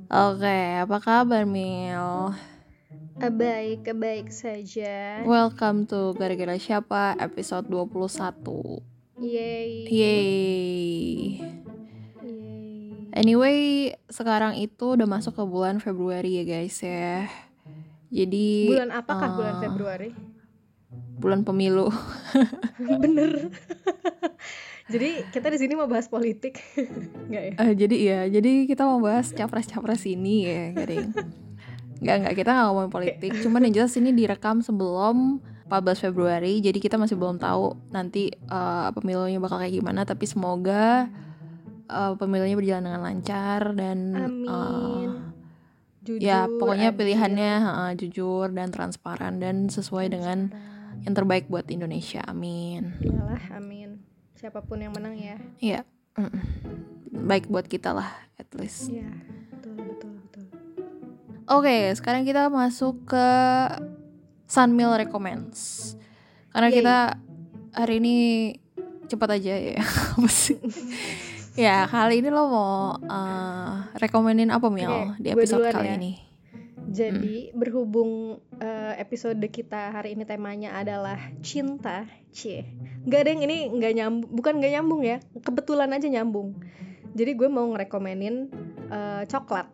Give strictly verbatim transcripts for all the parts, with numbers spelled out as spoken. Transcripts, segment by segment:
Oke, apa kabar Mil? Baik, baik saja. Welcome to Gara-Gara Siapa episode dua puluh satu. Yeay. Yeay. Yeay. Anyway, sekarang itu udah masuk ke bulan Februari ya guys ya. Jadi Bulan apakah uh, bulan Februari? Bulan pemilu. Bener. Jadi kita di sini mau bahas politik, nggak ya? Uh, jadi ya, jadi kita mau bahas capres-capres ini ya, garing. Nggak, nggak, kita nggak ngomongin politik. Cuman yang jelas ini direkam sebelum empat belas Februari. Jadi kita masih belum tahu nanti uh, pemilunya bakal kayak gimana. Tapi semoga uh, pemilunya berjalan dengan lancar. Dan Amin. uh, Jujur, ya pokoknya adil, pilihannya uh, jujur dan transparan. Dan sesuai dengan yang terbaik buat Indonesia. Amin. Iyalah, amin. Siapapun yang menang ya. Iya, baik buat kita lah at least. Iya, betul, betul, betul. Oke, okay, sekarang kita masuk ke Sunmil Recommends. Karena Yay. Kita hari ini cepat aja ya. Apa sih? Ya, kali ini lo mau uh, rekomenin apa Mil okay, di episode kali ya. ini? Jadi hmm. berhubung uh, episode kita hari ini temanya adalah cinta, cie, nggak ada yang ini nggak nyambung, bukan nggak nyambung ya, kebetulan aja nyambung. Jadi gue mau ngerekomenin uh, coklat.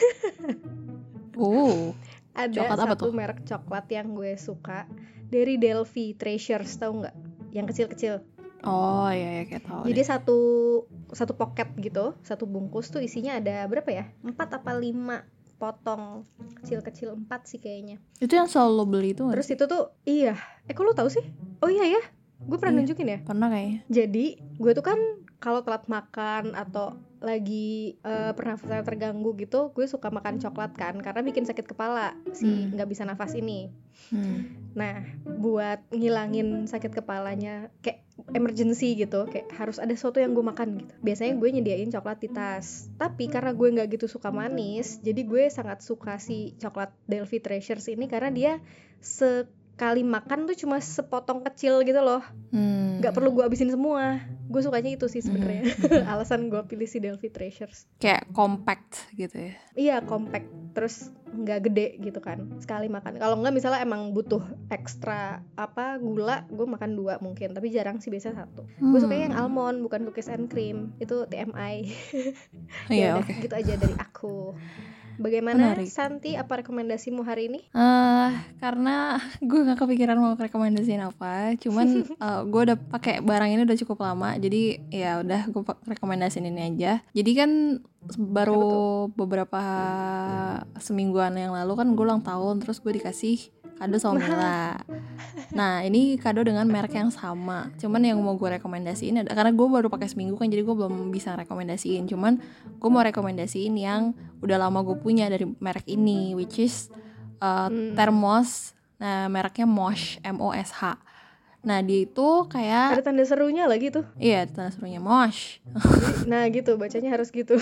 Oh, ada coklat satu apa tuh? Merek coklat yang gue suka dari Delphi Treasures, tahu nggak? Yang kecil-kecil. Oh iya, iya kayak tahu. Jadi deh. satu satu pocket gitu, satu bungkus tuh isinya ada berapa ya? Empat apa lima potong kecil-kecil, empat sih kayaknya. Itu yang selalu lo beli itu nggak? Terus itu tuh iya, eh kok lo tahu sih? Oh iya ya, gue pernah iya, nunjukin ya. Pernah kayaknya. Jadi gue tuh kan kalau telat makan atau lagi uh, pernafasan terganggu gitu, gue suka makan coklat kan, karena bikin sakit kepala si nggak hmm. bisa nafas ini. Hmm. Nah, buat ngilangin sakit kepalanya, kayak emergency gitu, kayak harus ada sesuatu yang gue makan gitu. Biasanya gue nyediain coklat di tas. Tapi karena gue nggak gitu suka manis, jadi gue sangat suka si coklat Delphi Treasures ini karena dia sekali makan tuh cuma sepotong kecil gitu loh. Hmm. Gak perlu gue abisin semua. Gue sukanya itu sih sebenarnya. Hmm. Alasan gue pilih si Delphi Treasures. Kayak compact gitu ya. Iya, compact. Terus nggak gede gitu kan, sekali makan. Kalau nggak misalnya emang butuh ekstra apa gula, gue makan dua mungkin, tapi jarang sih, biasa satu. Hmm. Gue sukanya yang almond, bukan cookies and cream. Itu T M I. Ya udah, okay. Gitu aja dari aku. Bagaimana Menarik. Santi, apa rekomendasimu hari ini? Uh, karena gue nggak kepikiran mau rekomendasiin apa, cuman uh, gue udah pakai barang ini udah cukup lama, jadi ya udah gue rekomendasiin ini aja. Jadi kan baru ya, beberapa semingguan yang lalu kan gue ulang tahun, terus gue dikasih kado sama Mila. Nah ini kado dengan merek yang sama, cuman yang mau gue rekomendasiin karena gue baru pakai seminggu kan, jadi gue belum bisa rekomendasiin. Cuman gue mau rekomendasiin yang udah lama gue punya dari merek ini, which is uh, hmm. termos. Nah mereknya Mosh, M O S H. Nah dia itu kayak ada tanda serunya lagi tuh. Iya, tanda serunya Mosh. Nah gitu, bacanya harus gitu.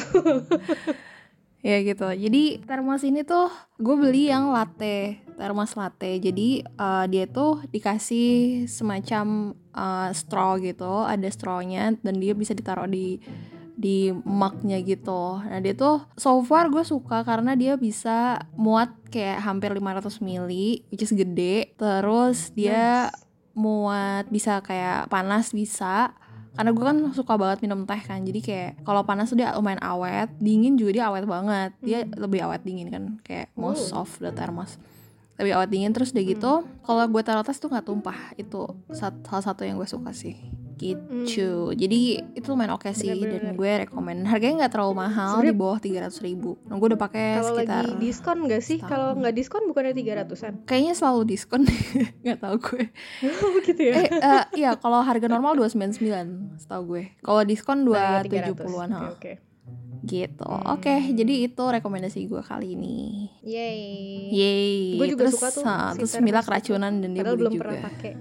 Ya gitu. Jadi termos ini tuh gue beli yang latte, termos latte. Jadi uh, dia tuh dikasih semacam uh, straw gitu, ada strawnya dan dia bisa ditaruh di di mugnya gitu. Nah dia tuh so far gue suka karena dia bisa muat kayak hampir lima ratus mililiter, which is gede. Terus dia nice. Muat bisa kayak panas bisa. Karena gue kan suka banget minum teh kan, jadi kayak kalau panas tuh dia lumayan awet, dingin juga dia awet banget. Dia hmm. lebih awet dingin kan, kayak most uh. of the thermos lebih awet dingin. Terus udah gitu hmm. kalau gue taruh tas tuh nggak tumpah. Itu salah satu yang gue suka sih gitu. Hmm. Jadi itu lumayan oke okay sih. Bener-bener. Dan gue rekomen. Harganya nggak terlalu mahal, sebenernya, di bawah tiga ratus ribu. Nah gue udah pakai sekitar. Kalau lagi diskon nggak sih? Kalau nggak diskon bukannya tiga ratusan? Kayaknya selalu diskon. Nggak tahu gue. Begitu ya? Eh uh, iya kalau harga normal dua ratus sembilan puluh sembilan setahu gue. Kalau diskon dua ratus tujuh puluhan. Oke okay, okay. Gitu. Hmm. Oke, okay, jadi itu rekomendasi gue kali ini. Yeay. Yeay. Gue juga terus, suka tuh. Uh, terus Mila keracunan dan dia beli belum juga. Pernah pakai.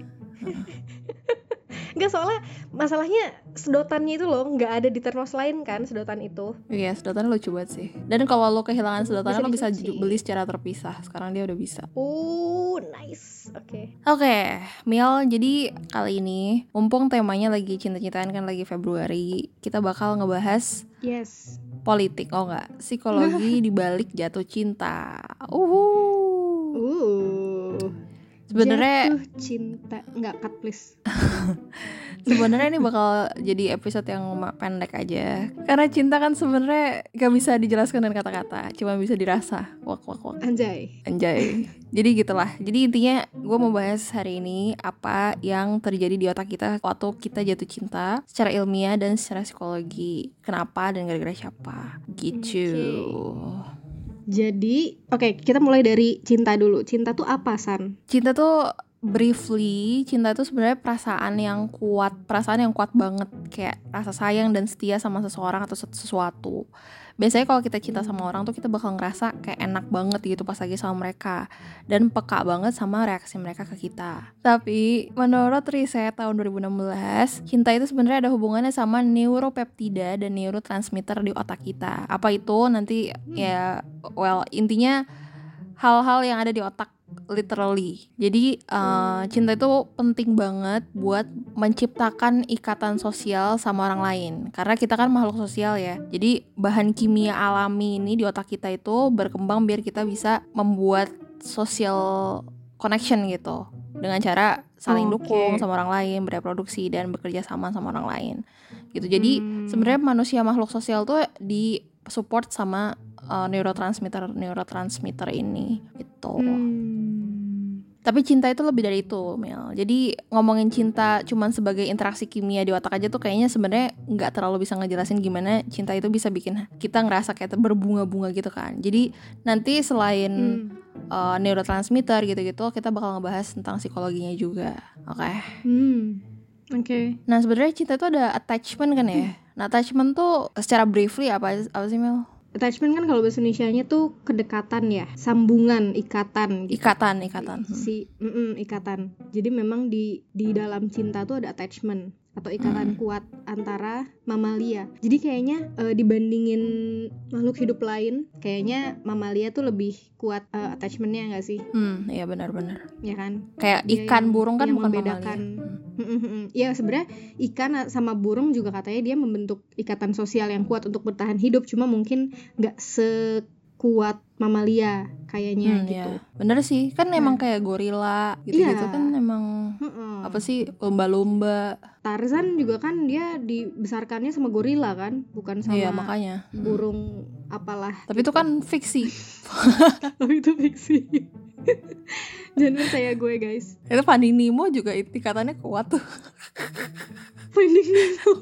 Enggak, soalnya masalahnya sedotannya itu loh nggak ada di termos lain kan, sedotan itu. Iya, sedotannya lucu banget sih. Dan kalau lo kehilangan sedotannya lo bisa beli secara terpisah. Sekarang dia udah bisa. Uh, nice. Oke. Okay. Oke, okay, Mil, jadi kali ini mumpung temanya lagi cinta-cintaan kan, lagi Februari, kita bakal ngebahas yes. politik, oh enggak, psikologi dibalik jatuh cinta. Uhuh. Uh. Sebenarnya jatuh cinta, enggak cut please. Sebenarnya ini bakal jadi episode yang pendek aja, karena cinta kan sebenarnya gak bisa dijelaskan dengan kata-kata, cuma bisa dirasa. Wak wak wak. Anjay. Anjay. Jadi gitulah. Jadi intinya gue mau bahas hari ini apa yang terjadi di otak kita waktu kita jatuh cinta secara ilmiah dan secara psikologi. Kenapa dan gara-gara siapa? Gitu. Okay. Jadi, oke, okay, kita mulai dari cinta dulu. Cinta tuh apa, San? Cinta tuh briefly, cinta itu sebenarnya perasaan yang kuat, perasaan yang kuat banget, kayak rasa sayang dan setia sama seseorang atau sesuatu. Biasanya kalau kita cinta sama orang tuh kita bakal ngerasa kayak enak banget gitu pas lagi sama mereka, dan peka banget sama reaksi mereka ke kita. Tapi menurut riset tahun dua ribu enam belas, cinta itu sebenarnya ada hubungannya sama neuropeptida dan neurotransmitter di otak kita. Apa itu? Nanti ya, well, intinya hal-hal yang ada di otak, literally. Jadi uh, cinta itu penting banget buat menciptakan ikatan sosial sama orang lain, karena kita kan makhluk sosial ya. Jadi bahan kimia alami ini di otak kita itu berkembang biar kita bisa membuat social connection gitu, dengan cara saling okay. dukung sama orang lain, bereproduksi dan bekerja sama sama orang lain gitu. Jadi hmm. sebenarnya manusia makhluk sosial tuh di support sama uh, neurotransmitter neurotransmitter ini gitu. Hmm. Tapi cinta itu lebih dari itu, Mel. Jadi ngomongin cinta cuman sebagai interaksi kimia di otak aja tuh kayaknya sebenarnya nggak terlalu bisa ngejelasin gimana cinta itu bisa bikin kita ngerasa kayak berbunga-bunga gitu kan. Jadi nanti selain hmm. uh, neurotransmitter gitu-gitu, kita bakal ngebahas tentang psikologinya juga. Oke. Okay? Hmm. Oke. Okay. Nah sebenarnya cinta itu ada attachment kan ya. Nah attachment tuh secara briefly apa apa sih, Mel? Attachment kan kalau bahasa Indonesianya tuh kedekatan ya, sambungan, ikatan gitu. Ikatan, ikatan. Si, mm-mm, ikatan. Jadi memang di di dalam cinta tuh ada attachment atau ikatan hmm. kuat antara mamalia. Jadi kayaknya e, dibandingin makhluk hidup lain, kayaknya mamalia tuh lebih kuat e, attachmentnya nggak sih? Hmm, iya benar-benar. Ya kan. Kayak dia ikan yang, burung kan yang bukan membedakan. mamalia. Iya sebenarnya ikan sama burung juga katanya dia membentuk ikatan sosial yang kuat untuk bertahan hidup, cuma mungkin nggak sekuat mamalia kayaknya hmm, gitu. Ya. Bener sih, kan nah. emang kayak gorila gitu-gitu iya. kan emang Mm-mm. apa sih lumba-lumba. Tarzan juga kan dia dibesarkannya sama gorila kan, bukan sama iya, makanya. burung hmm. apalah. Tapi gitu. Itu kan fiksi. Tapi itu fiksi. Jangan percaya gue guys. Itu Finding Nemo juga ikatannya kuat tuh. Finding Nemo.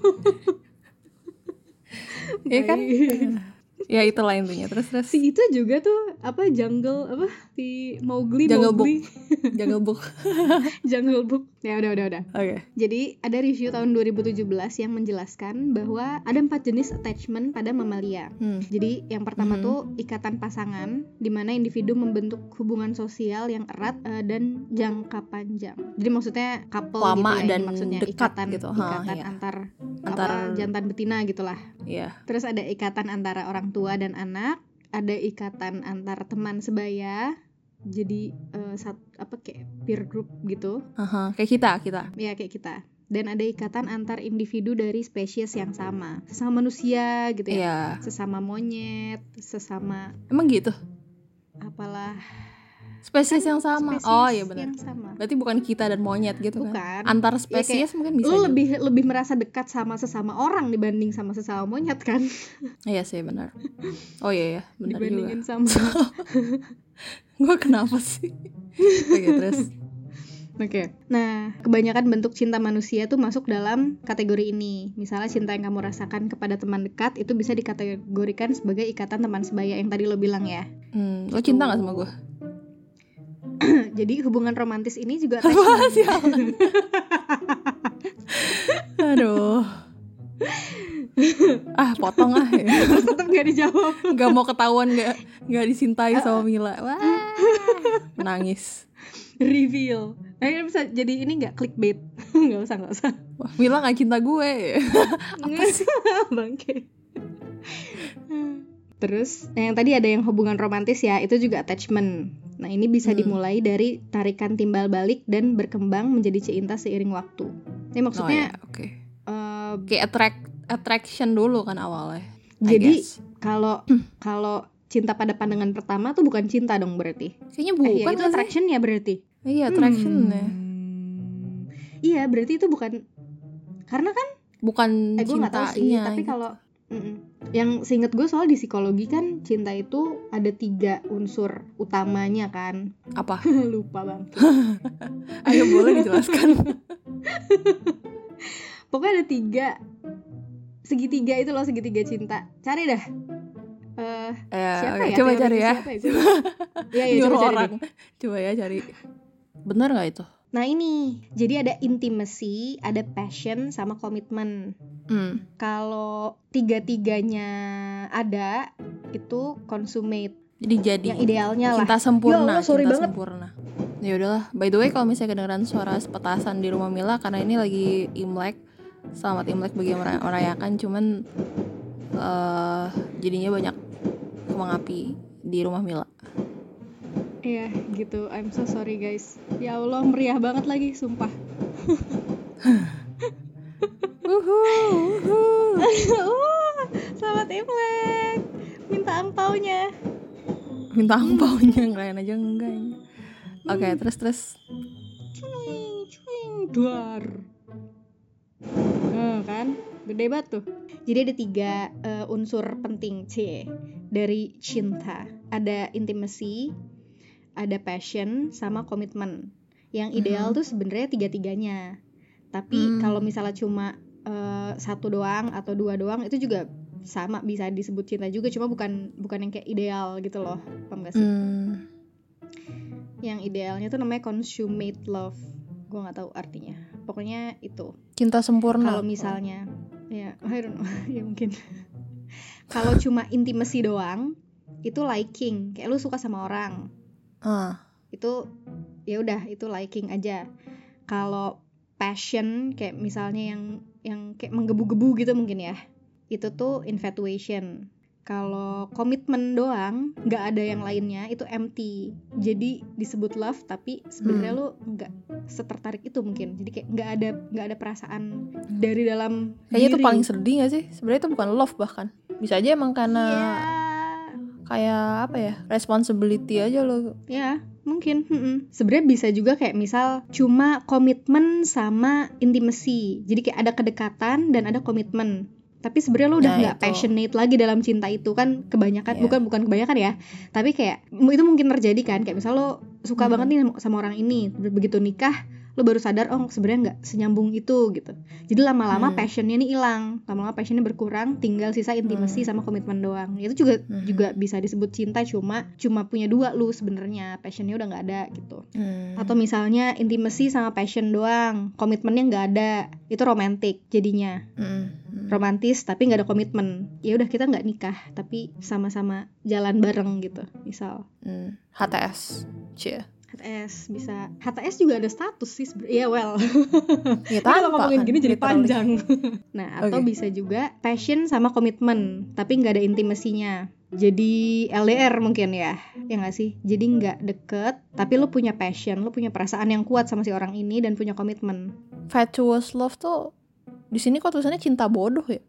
Iya kan? Ya itulah intinya. Terus terus si itu juga tuh apa jungle apa si Mowgli Jungle Mowgli. Book. Jungle Book. Jungle Book. Ya udah udah udah. Oke. Okay. Jadi ada review tahun dua ribu tujuh belas yang menjelaskan bahwa ada empat jenis attachment pada mamalia. Hmm. Jadi yang pertama hmm. tuh ikatan pasangan, di mana individu membentuk hubungan sosial yang erat uh, dan jangka panjang. Jadi maksudnya couple lama gitu ya, dan maksudnya dekat ikatan gitu. ikatan ha, iya. antar antar apa, jantan betina gitulah. Iya. Terus ada ikatan antara orang tua dan anak, ada ikatan antar teman sebaya, jadi uh, sat, apa kayak peer group gitu. Uh-huh. Kayak kita, kita. Ya kayak kita. Dan ada ikatan antar individu dari spesies yang sama, sesama manusia gitu ya, yeah. sesama monyet, sesama. Emang gitu? Apalah. Spesies kan yang sama. Spesies oh iya benar. Yang sama. Berarti bukan kita dan monyet gitu bukan. kan? Antar spesies ya, mungkin bisa. Lu lebih lebih merasa dekat sama sesama orang dibanding sama sesama monyet kan? Iya sih benar. Oh iya ya, benar juga. Dibandingin sama. Gue kenapa sih? Oke terus. Oke. Okay. Nah, kebanyakan bentuk cinta manusia tuh masuk dalam kategori ini. Misalnya cinta yang kamu rasakan kepada teman dekat itu bisa dikategorikan sebagai ikatan teman sebaya yang tadi lo bilang ya. Hmm, lo cinta nggak sama gue? Jadi hubungan romantis ini juga attachment. Aduh. Ah potong ah ya. Terus tetap gak dijawab. Gak mau ketahuan gak, gak disintai sama Mila. Wah, menangis. Reveal. Nah, bisa jadi ini gak clickbait. Gak usah gak usah. Wah, Mila gak cinta gue. Apa sih? Bangke. Terus yang tadi ada yang hubungan romantis ya, itu juga attachment. Nah ini bisa hmm. dimulai dari tarikan timbal balik dan berkembang menjadi cinta seiring waktu. Ini maksudnya oh, ya, okay. uh, kayak attract attraction dulu kan awalnya. Jadi kalau kalau cinta pada pandangan pertama tuh bukan cinta dong berarti. Kayaknya bukan. Eh, ya, itu attraction ya berarti. Iya, attraction hmm. ya. Iya, berarti itu bukan, karena kan bukan eh, gue nggak tahu sih, tapi gitu. kalau yang seinget gue soal di psikologi kan cinta itu ada tiga unsur utamanya kan. Apa? Lupa bang. Ayo boleh dijelaskan. Pokoknya ada tiga segitiga itu loh, segitiga cinta. Cari dah. Uh, ya, siapa okay. ya? Coba cari ya. Siapa ya? Iya, ya, coba cari orang. Coba ya cari. Benar nggak itu? Nah ini, jadi ada intimacy, ada passion, sama komitmen. Hmm. Kalau tiga-tiganya ada, itu consummate. Jadi jadi yang idealnya lah. Cinta sempurna. Ya Allah, sorry cinta banget. sempurna. Ya udahlah. By the way, kalau misalnya kedengeran suara petasan di rumah Mila, karena ini lagi Imlek. Selamat Imlek bagi yang merayakan. Cuman uh, jadinya banyak kembang api di rumah Mila. Iya gitu, I'm so sorry guys. Ya Allah, meriah banget lagi, sumpah. Uhu, uhu. uh, Selamat Imlek. Minta angpaunya. Minta angpaunya, ngelayan aja enggak. Oke, okay, terus terus. Cuing, cuing, duar. Nah, kan, gede banget tuh. Jadi ada tiga uh, unsur penting C dari cinta. Ada intimacy, ada passion, sama komitmen. Yang ideal hmm. tuh sebenarnya tiga-tiganya. Tapi hmm. kalau misalnya cuma uh, satu doang atau dua doang, itu juga sama, bisa disebut cinta juga, cuma bukan bukan yang kayak ideal gitu loh, paham gak sih? Hmm. Yang idealnya tuh namanya consummate love. Gue nggak tahu artinya. Pokoknya itu. Cinta sempurna. Kalau misalnya, ya, I don't know, ya mungkin. Kalau cuma intimacy doang, itu liking, kayak lu suka sama orang. Uh. Itu ya udah, itu liking aja. Kalau passion kayak misalnya yang yang kayak menggebu-gebu gitu mungkin ya, itu tuh infatuation. Kalau komitmen doang, nggak ada yang lainnya, itu empty. Jadi disebut love tapi sebenarnya hmm. lu nggak setertarik itu mungkin. Jadi kayak nggak ada nggak ada perasaan dari dalam kayaknya diri. Itu paling sedih nggak sih? Sebenarnya itu bukan love, bahkan bisa aja emang karena yeah. kayak apa ya, responsibility aja lo. Ya yeah, mungkin. Mm-mm. Sebenarnya bisa juga kayak misal cuma komitmen sama intimacy. Jadi kayak ada kedekatan dan ada komitmen. Tapi sebenarnya lo udah nggak nah, passionate lagi dalam cinta itu kan, kebanyakan yeah. bukan bukan kebanyakan ya, tapi kayak itu mungkin terjadi kan, kayak misal lo suka hmm. banget nih sama orang ini, begitu nikah lo baru sadar oh sebenarnya nggak senyambung itu gitu. Jadi lama-lama hmm. passionnya nih hilang, lama-lama passionnya berkurang, tinggal sisa intimasi hmm. sama komitmen doang. Itu juga hmm. juga bisa disebut cinta, cuma cuma punya dua lu sebenarnya, passionnya udah nggak ada gitu. Hmm. Atau misalnya intimasi sama passion doang, komitmennya nggak ada, itu romantic jadinya. Hmm. Romantis tapi nggak ada komitmen. Ya udah, kita nggak nikah tapi sama-sama jalan bareng gitu misal. Hmm. H T S, cie. H T S bisa. H T S juga ada status sih. Iya yeah, well. Ya, kalau ngomongin kan, gini jadi literally. Panjang. Nah atau okay. bisa juga passion sama komitmen tapi nggak ada intimasinya. Jadi L D R mungkin ya, ya nggak sih? Jadi nggak deket tapi lu punya passion, lu punya perasaan yang kuat sama si orang ini dan punya komitmen. Fatuous love tuh di sini kok tulisannya cinta bodoh ya?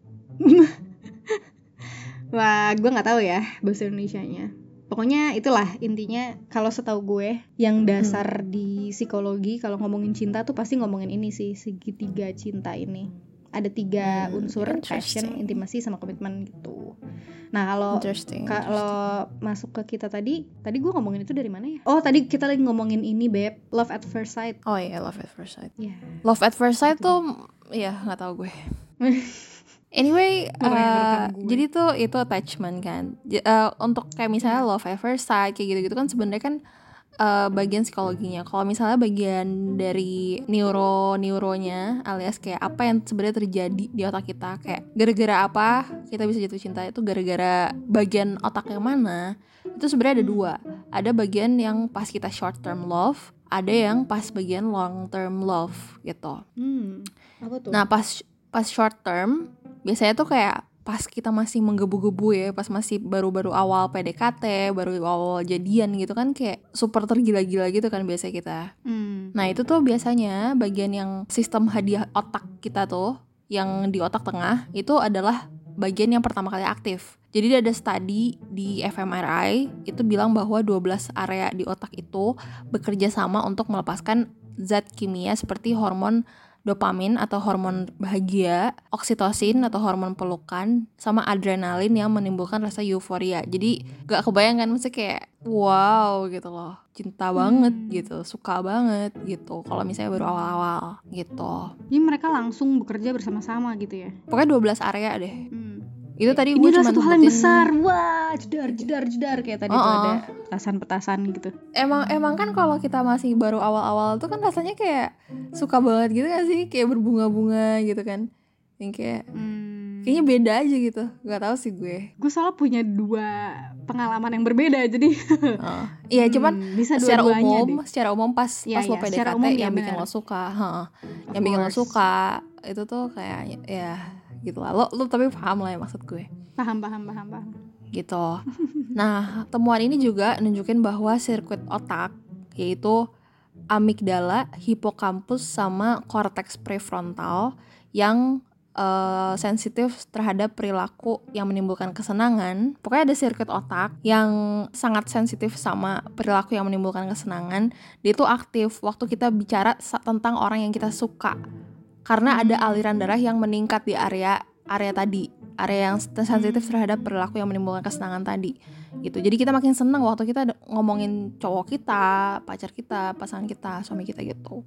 Wah, gue nggak tahu ya bahasa Indonesianya. Pokoknya itulah intinya. Kalau setahu gue, yang dasar hmm. di psikologi kalau ngomongin cinta tuh pasti ngomongin ini sih, segitiga cinta ini. Ada tiga hmm, unsur, passion, intimasi, sama komitmen gitu. Nah kalau kalau masuk ke kita tadi, tadi gue ngomongin itu dari mana ya? Oh tadi kita lagi ngomongin ini beb, love at first sight. Oh iya, love at first sight. Yeah. Love at first sight tuh, ya nggak tahu gue. Anyway, uh, jadi tuh itu attachment kan. J- uh, untuk kayak misalnya love at first sight kayak gitu-gitu kan sebenarnya kan uh, bagian psikologinya. Kalau misalnya bagian dari neuro neuronya alias kayak apa yang sebenarnya terjadi di otak kita, kayak gara-gara apa kita bisa jatuh cinta, itu gara-gara bagian otak yang mana? Itu sebenarnya ada dua. Ada bagian yang pas kita short term love, ada yang pas bagian long term love gitu. Hmm, apa tuh? Nah pas pas short term biasanya tuh kayak pas kita masih menggebu-gebu ya, pas masih baru-baru awal P D K T, baru awal jadian gitu kan, kayak super tergila-gila gitu kan biasa kita. Hmm. Nah itu tuh biasanya bagian yang sistem hadiah otak kita tuh, yang di otak tengah itu adalah bagian yang pertama kali aktif. Jadi ada study di F M R I itu bilang bahwa dua belas area di otak itu bekerja sama untuk melepaskan zat kimia seperti hormon dopamin atau hormon bahagia, oksitosin atau hormon pelukan, sama adrenalin yang menimbulkan rasa euforia. Jadi gak kebayang kan, maksudnya kayak wow gitu loh, cinta banget Hmm. gitu, suka banget gitu kalau misalnya baru awal-awal gitu. Jadi mereka langsung bekerja bersama-sama gitu ya. Pokoknya dua belas area deh. Hmm. Itu tadi Ini gue adalah cuma satu hal yang sebutin- besar. Wah, jedar jedar jedar kayak tadi tuh Oh, oh. ada petasan-petasan gitu. Emang emang kan kalau kita masih baru awal-awal tuh kan rasanya kayak suka banget gitu gak sih, kayak berbunga-bunga gitu kan, yang kayak Hmm. kayaknya beda aja gitu, nggak tahu sih gue. Gue soalnya punya dua pengalaman yang berbeda jadi. Oh. Iya, Hmm, cuman bisa secara dua-duanya umum, deh. secara umum pas Iya, pas lo iya, P D K T secara umum yang iya, bikin benar. lo suka, heeh. Of yang bikin lo course. suka itu tuh kayak ya gitu lah. Lo lo tapi paham lah ya maksud gue. Paham paham paham paham. Gitu. Nah, temuan ini juga nunjukin bahwa sirkuit otak yaitu amigdala, hipokampus sama korteks prefrontal yang uh, sensitif terhadap perilaku yang menimbulkan kesenangan. Pokoknya ada sirkuit otak yang sangat sensitif sama perilaku yang menimbulkan kesenangan. Dia itu aktif waktu kita bicara sa- tentang orang yang kita suka. Karena ada aliran darah yang meningkat di area area tadi, area yang sensitif terhadap perilaku yang menimbulkan kesenangan tadi. Gitu. Jadi kita makin senang waktu kita ada- ngomongin cowok kita, pacar kita, pasangan kita, suami kita gitu.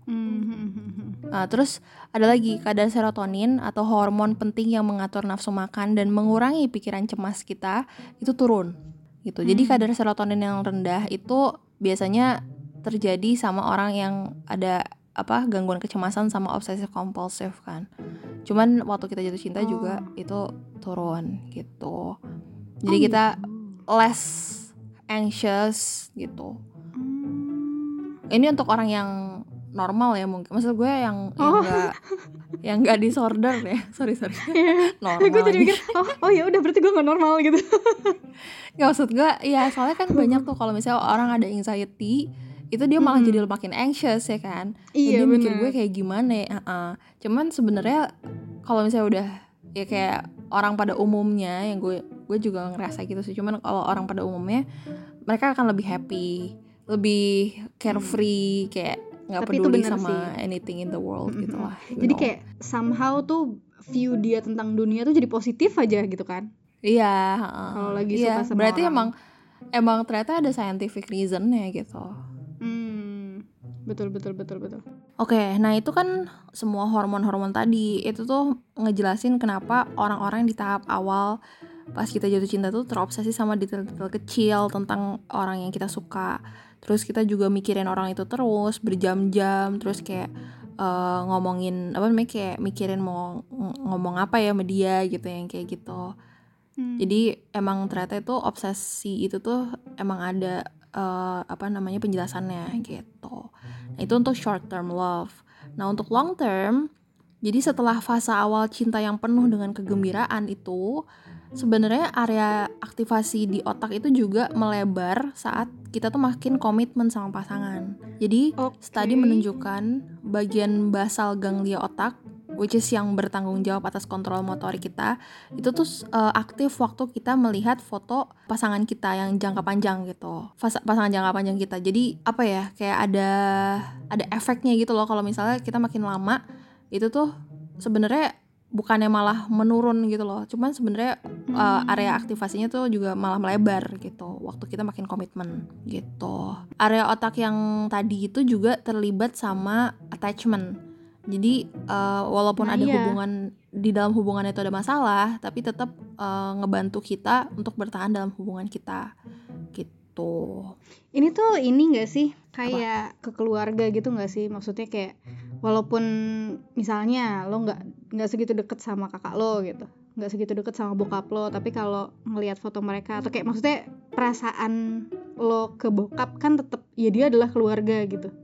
Hmm. Nah, terus ada lagi kadar serotonin atau hormon penting yang mengatur nafsu makan dan mengurangi pikiran cemas kita itu turun gitu. Jadi Hmm. kadar serotonin yang rendah itu biasanya terjadi sama orang yang ada apa gangguan kecemasan sama obsesif kompulsif kan. Cuman waktu kita jatuh cinta Oh. juga itu turun gitu. Jadi Oh, kita gitu. less anxious gitu. Hmm. Ini untuk orang yang normal ya mungkin. Maksud gue yang yang Oh. enggak yang enggak disorder ya. Sorry sorry. Iya. Normal. Gue jadi lagi. mikir, oh, oh ya udah berarti gue nggak normal gitu. Nggak, maksud gue ya soalnya kan banyak tuh kalau misalnya orang ada anxiety itu dia malah Mm-mm. jadi makin anxious ya kan. Iya, Jadi mikir bener. gue kayak gimana ya. Uh-uh. Cuman sebenarnya kalau misalnya udah ya kayak orang pada umumnya yang gue gue juga ngerasa gitu sih. Cuman kalau orang pada umumnya mereka akan lebih happy, lebih carefree, kayak nggak Tapi itu peduli bener sama sih. anything in the world Mm-mm. gitu lah. you Jadi know. kayak somehow tuh view dia tentang dunia tuh jadi positif aja gitu kan. Iya, uh, Kalau lagi iya, suka sama berarti orang. emang emang ternyata ada scientific reasonnya gitu. Hmm. Betul betul betul betul. Oke, nah itu kan semua hormon-hormon tadi itu tuh ngejelasin kenapa orang-orang di tahap awal pas kita jatuh cinta tuh terobsesi sama detail-detail kecil tentang orang yang kita suka. Terus kita juga mikirin orang itu terus berjam-jam, terus kayak uh, ngomongin apa namanya kayak mikirin mau ng- ngomong apa ya sama dia gitu yang kayak gitu. Hmm. Jadi emang ternyata itu obsesi itu tuh emang ada uh, apa namanya penjelasannya gitu. Nah, itu untuk short term love. Nah, untuk long term, jadi setelah fase awal cinta yang penuh dengan kegembiraan itu, sebenarnya area aktivasi di otak itu juga melebar saat kita tuh makin komitmen sama pasangan. Jadi, Oke. studi menunjukkan bagian basal ganglia otak, which is yang bertanggung jawab atas kontrol motorik kita, itu tuh uh, aktif waktu kita melihat foto pasangan kita yang jangka panjang gitu. Fas- pasangan jangka panjang kita. Jadi apa ya, kayak ada ada efeknya gitu loh kalau misalnya kita makin lama itu tuh sebenarnya bukannya malah menurun gitu loh. Cuman sebenarnya uh, area aktivasinya tuh juga malah melebar gitu waktu kita makin komitmen gitu. Area otak yang tadi itu juga terlibat sama attachment. Jadi uh, walaupun Nah, ada iya. hubungan di dalam hubungan itu ada masalah, tapi tetap uh, ngebantu kita untuk bertahan dalam hubungan kita gitu. Ini tuh ini gak sih kayak ke keluarga gitu gak sih? Maksudnya kayak walaupun misalnya lo gak, gak segitu deket sama kakak lo gitu, gak segitu deket sama bokap lo, tapi kalau ngelihat foto mereka atau kayak maksudnya perasaan lo ke bokap kan tetap ya dia adalah keluarga gitu.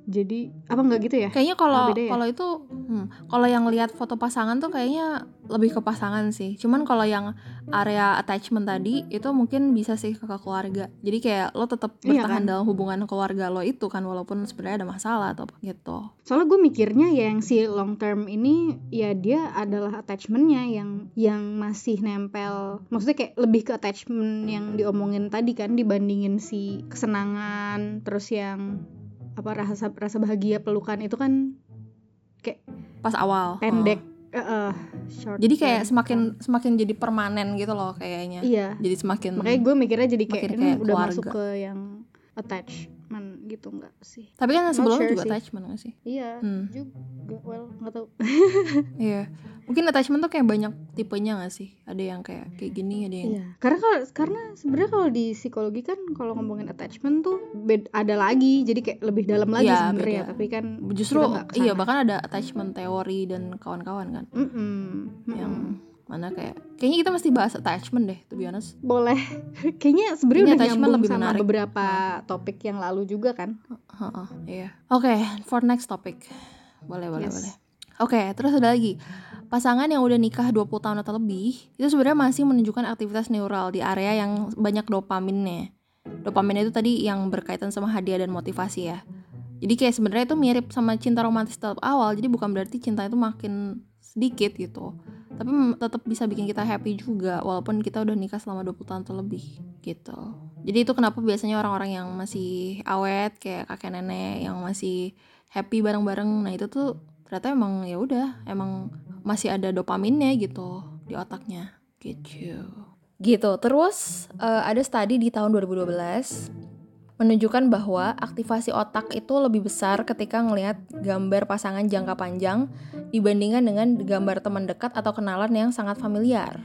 Jadi apa nggak gitu ya? Kayaknya kalau Ah, beda ya? kalau itu hmm, kalau yang lihat foto pasangan tuh kayaknya lebih ke pasangan sih. Cuman kalau yang area attachment tadi itu mungkin bisa sih ke keluarga. Jadi kayak lo tetap Iya bertahan kan? dalam hubungan keluarga lo itu kan, walaupun sebenarnya ada masalah atau apa gitu. Soalnya gue mikirnya ya yang si long term ini ya dia adalah attachmentnya yang yang masih nempel. Maksudnya kayak lebih ke attachment yang diomongin tadi kan dibandingin si kesenangan terus yang apa rasa rasa bahagia pelukan itu kan kayak Pas awal. pendek. Oh. Uh, uh, short Jadi kayak term. semakin semakin jadi permanen gitu loh kayaknya. Iya. Jadi semakin Makanya gue mikirnya jadi kayak makin ini kayak udah keluarga. masuk ke yang attachment gitu nggak sih? Tapi kan Not sebelumnya sure juga sih. attachment gak sih? Iya Hmm. juga, well nggak tahu. Iya. Mungkin attachment tuh kayak banyak tipenya gak sih? Ada yang kayak kayak gini, ada yang Iya. Karena kalau karena sebenarnya kalau di psikologi kan kalau ngomongin attachment tuh bed, ada lagi, jadi kayak lebih dalam lagi Iya, sebenarnya. beda. Tapi kan Justru kita nggak kesana. iya, bahkan ada attachment teori dan kawan-kawan kan. Mm-mm. Mm-mm. Yang mana kayak kayaknya kita mesti bahas attachment deh, to be honest. Boleh. Kayaknya sebenarnya Kayaknya udah attachment nyambung lebih sama menarik. beberapa topik yang lalu juga kan. Heeh, iya. Oke, for next topic. Boleh, boleh, Yes. boleh. Oke, terus ada lagi. Pasangan yang udah nikah dua puluh tahun atau lebih, itu sebenarnya masih menunjukkan aktivitas neural di area yang banyak dopaminnya. Dopamin itu tadi yang berkaitan sama hadiah dan motivasi ya. Jadi kayak sebenarnya itu mirip sama cinta romantis tahap awal, jadi bukan berarti cinta itu makin sedikit gitu. Tapi m- tetap bisa bikin kita happy juga walaupun kita udah nikah selama dua puluh tahun atau lebih gitu. Jadi itu kenapa biasanya orang-orang yang masih awet kayak kakek nenek yang masih happy bareng-bareng, nah itu tuh ternyata emang ya udah emang masih ada dopaminnya gitu di otaknya gitu. Gitu. Terus eh, ada studi di tahun dua ribu dua belas menunjukkan bahwa aktivasi otak itu lebih besar ketika ngelihat gambar pasangan jangka panjang dibandingkan dengan gambar teman dekat atau kenalan yang sangat familiar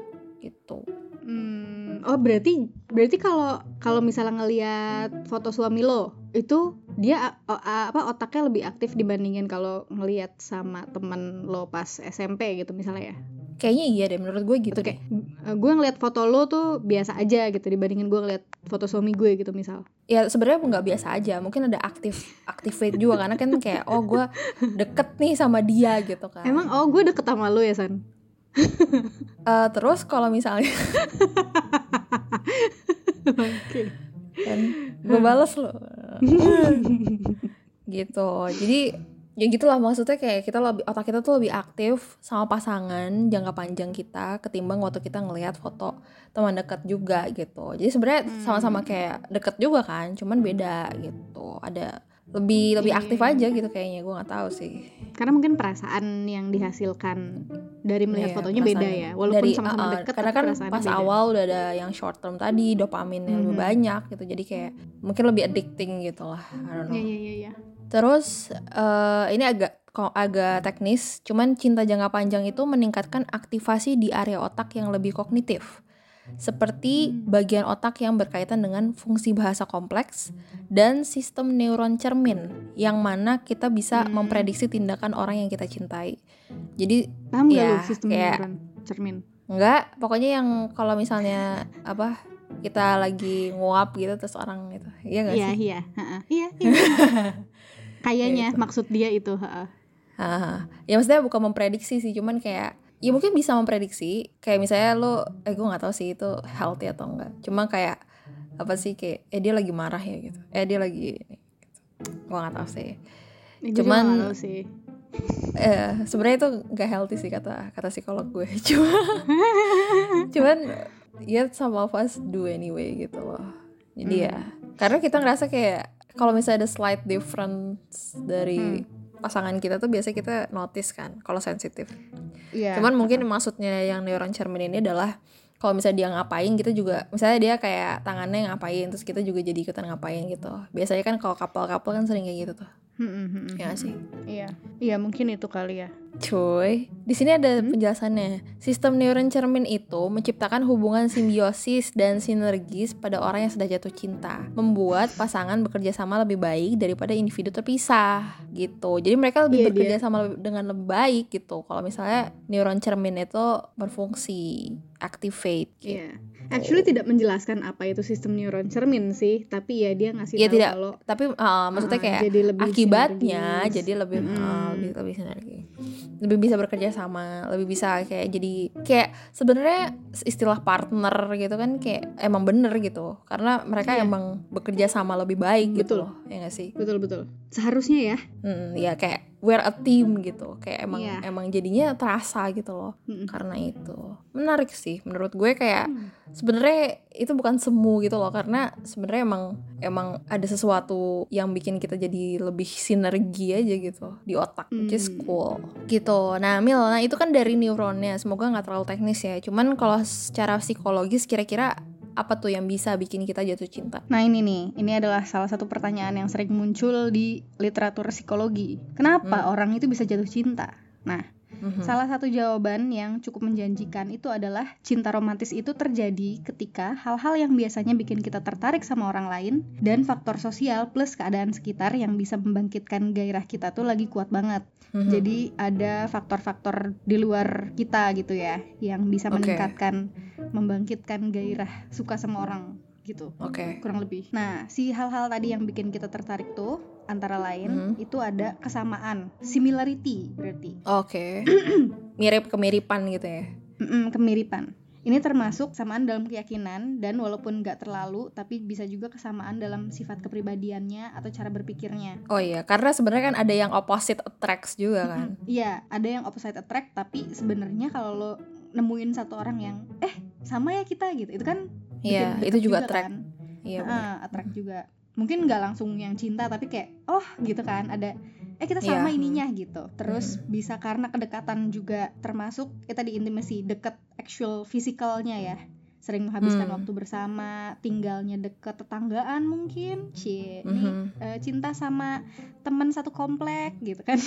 gitu. Hmm, oh berarti berarti kalau kalau misalnya ngelihat foto suami lo itu dia o- a- apa otaknya lebih aktif dibandingin kalau ngelihat sama temen lo pas S M P gitu misalnya ya. Kayaknya iya deh, menurut gue gitu Atau deh. kayak eh, gue ngelihat foto lo tuh biasa aja gitu dibandingin gue ngelihat foto suami gue gitu misal. Ya sebenarnya nggak biasa aja, mungkin ada aktif activate juga karena kan kayak oh gue deket nih sama dia gitu kan. Emang oh gue deket sama lo ya San? Eh, terus kalau misalnya Oke. kan gue bales loh gitu. Jadi ya gitulah, maksudnya kayak kita lebih, otak kita tuh lebih aktif sama pasangan jangka panjang kita ketimbang waktu kita ngelihat foto teman dekat juga gitu. Jadi sebenarnya Hmm. sama-sama kayak deket juga kan, cuman beda gitu. Ada lebih lebih Iya, aktif iya, aja gitu kayaknya, gue nggak tahu sih. Karena mungkin perasaan yang dihasilkan dari melihat Iya, fotonya beda perasaan ya, walaupun dari sama-sama uh-uh, dekat karena tapi kan perasaannya pas beda. awal udah ada yang short term tadi dopamin yang lebih Mhm. banyak gitu, jadi kayak mungkin lebih addicting gitu lah, I don't know. Iya iya iya. iya. Terus uh, ini agak kok agak teknis, cuman cinta jangka panjang itu meningkatkan aktivasi di area otak yang lebih kognitif, seperti bagian otak yang berkaitan dengan fungsi bahasa kompleks dan sistem neuron cermin, yang mana kita bisa Hmm. memprediksi tindakan orang yang kita cintai. Jadi Paham nggak ya, lo sistem kayak- neuron cermin? enggak, pokoknya yang kalau misalnya apa kita lagi nguap gitu terus orang gitu, iya nggak Iya sih? iya, heeh. Iya iya. Kayaknya Gitu. maksud dia itu, heeh. Haha. Ya maksudnya bukan memprediksi sih, cuman kayak ya mungkin bisa memprediksi, kayak misalnya lo, eh gue nggak tahu sih itu healthy atau enggak, cuma kayak apa sih kayak eh dia lagi marah ya gitu, eh dia lagi ini, gitu. Gue nggak tahu sih. Gue juga Cuman- nggak tahu sih. Eh sebenarnya itu nggak healthy sih kata kata psikolog gue, cuma cuman ya some of us do anyway gitu loh. Jadi ya karena kita ngerasa kayak kalau misalnya ada slight difference dari pasangan kita tuh biasanya kita notice kan kalau sensitif. Iya. Cuman mungkin maksudnya yang neuron cermin ini adalah kalau misalnya dia ngapain kita juga, misalnya dia kayak tangannya ngapain terus kita juga jadi ikutan ngapain gitu. Biasanya kan kalau couple-couple kan sering kayak gitu tuh. Hmm, hmm, hmm, Ya nggak sih? Iya. Iya mungkin itu kali ya. Cuy, di sini ada penjelasannya. Sistem neuron cermin itu menciptakan hubungan simbiosis dan sinergis pada orang yang sudah jatuh cinta, membuat pasangan bekerja sama lebih baik daripada individu terpisah, gitu. Jadi mereka lebih Iya, bekerja sama lebih- dengan lebih baik gitu. Kalau misalnya neuron cermin itu berfungsi, activate. Gitu. Iya. Actually tidak menjelaskan apa itu sistem neuron cermin sih, tapi ya dia ngasih ya tahu tidak kalau tapi uh, maksudnya uh, kayak jadi lebih akibatnya sinergis. jadi lebih Mm-mm. uh, lebih lebih sinergi, lebih bisa bekerja sama, lebih bisa kayak jadi kayak sebenarnya istilah partner gitu kan kayak emang bener gitu karena mereka Iya. emang bekerja sama lebih baik gitu Betul. loh, ya nggak sih? Betul betul. Seharusnya ya. Hmm, ya kayak we're a team gitu, kayak emang Iya. emang jadinya terasa gitu loh. Mm-mm. Karena itu menarik sih menurut gue kayak Hmm. sebenarnya itu bukan semu gitu loh, karena sebenarnya emang emang ada sesuatu yang bikin kita jadi lebih sinergi aja gitu di otak, which is Hmm. cool gitu. Nah Mil, nah itu kan dari neuronnya, semoga nggak terlalu teknis ya, cuman kalau secara psikologis kira-kira apa tuh yang bisa bikin kita jatuh cinta? Nah ini nih, ini adalah salah satu pertanyaan yang sering muncul di literatur psikologi. Kenapa Hmm. orang itu bisa jatuh cinta? Nah, Mhm. salah satu jawaban yang cukup menjanjikan itu adalah cinta romantis itu terjadi ketika hal-hal yang biasanya bikin kita tertarik sama orang lain dan faktor sosial plus keadaan sekitar yang bisa membangkitkan gairah kita tuh lagi kuat banget. Mhm. Jadi ada faktor-faktor di luar kita gitu ya yang bisa Oke. meningkatkan, membangkitkan gairah suka sama orang gitu. Oke. Kurang lebih. Nah, si hal-hal tadi yang bikin kita tertarik tuh antara lain Mhm. itu ada kesamaan, similarity berarti. Oke. Mirip kemiripan gitu ya. Mm-mm, kemiripan. Ini termasuk kesamaan dalam keyakinan dan walaupun nggak terlalu, tapi bisa juga kesamaan dalam sifat kepribadiannya atau cara berpikirnya. Oh iya, karena sebenarnya kan ada yang opposite attracts juga kan. Iya, ada yang opposite attract, tapi sebenarnya kalau lo nemuin satu orang yang eh sama ya kita gitu, itu kan Iya, bikin itu deket juga juga attract. kan. Iya Ah, benar. attract juga. Mungkin nggak langsung yang cinta, tapi kayak oh gitu kan, ada eh kita sama Iya, ininya gitu. Terus bisa karena kedekatan juga termasuk eh tadi intimacy, deket actual physicalnya ya. Sering menghabiskan Hmm. waktu bersama, tinggalnya deket, tetanggaan mungkin. Cie, ini Mhm. eh, cinta sama teman satu komplek gitu kan.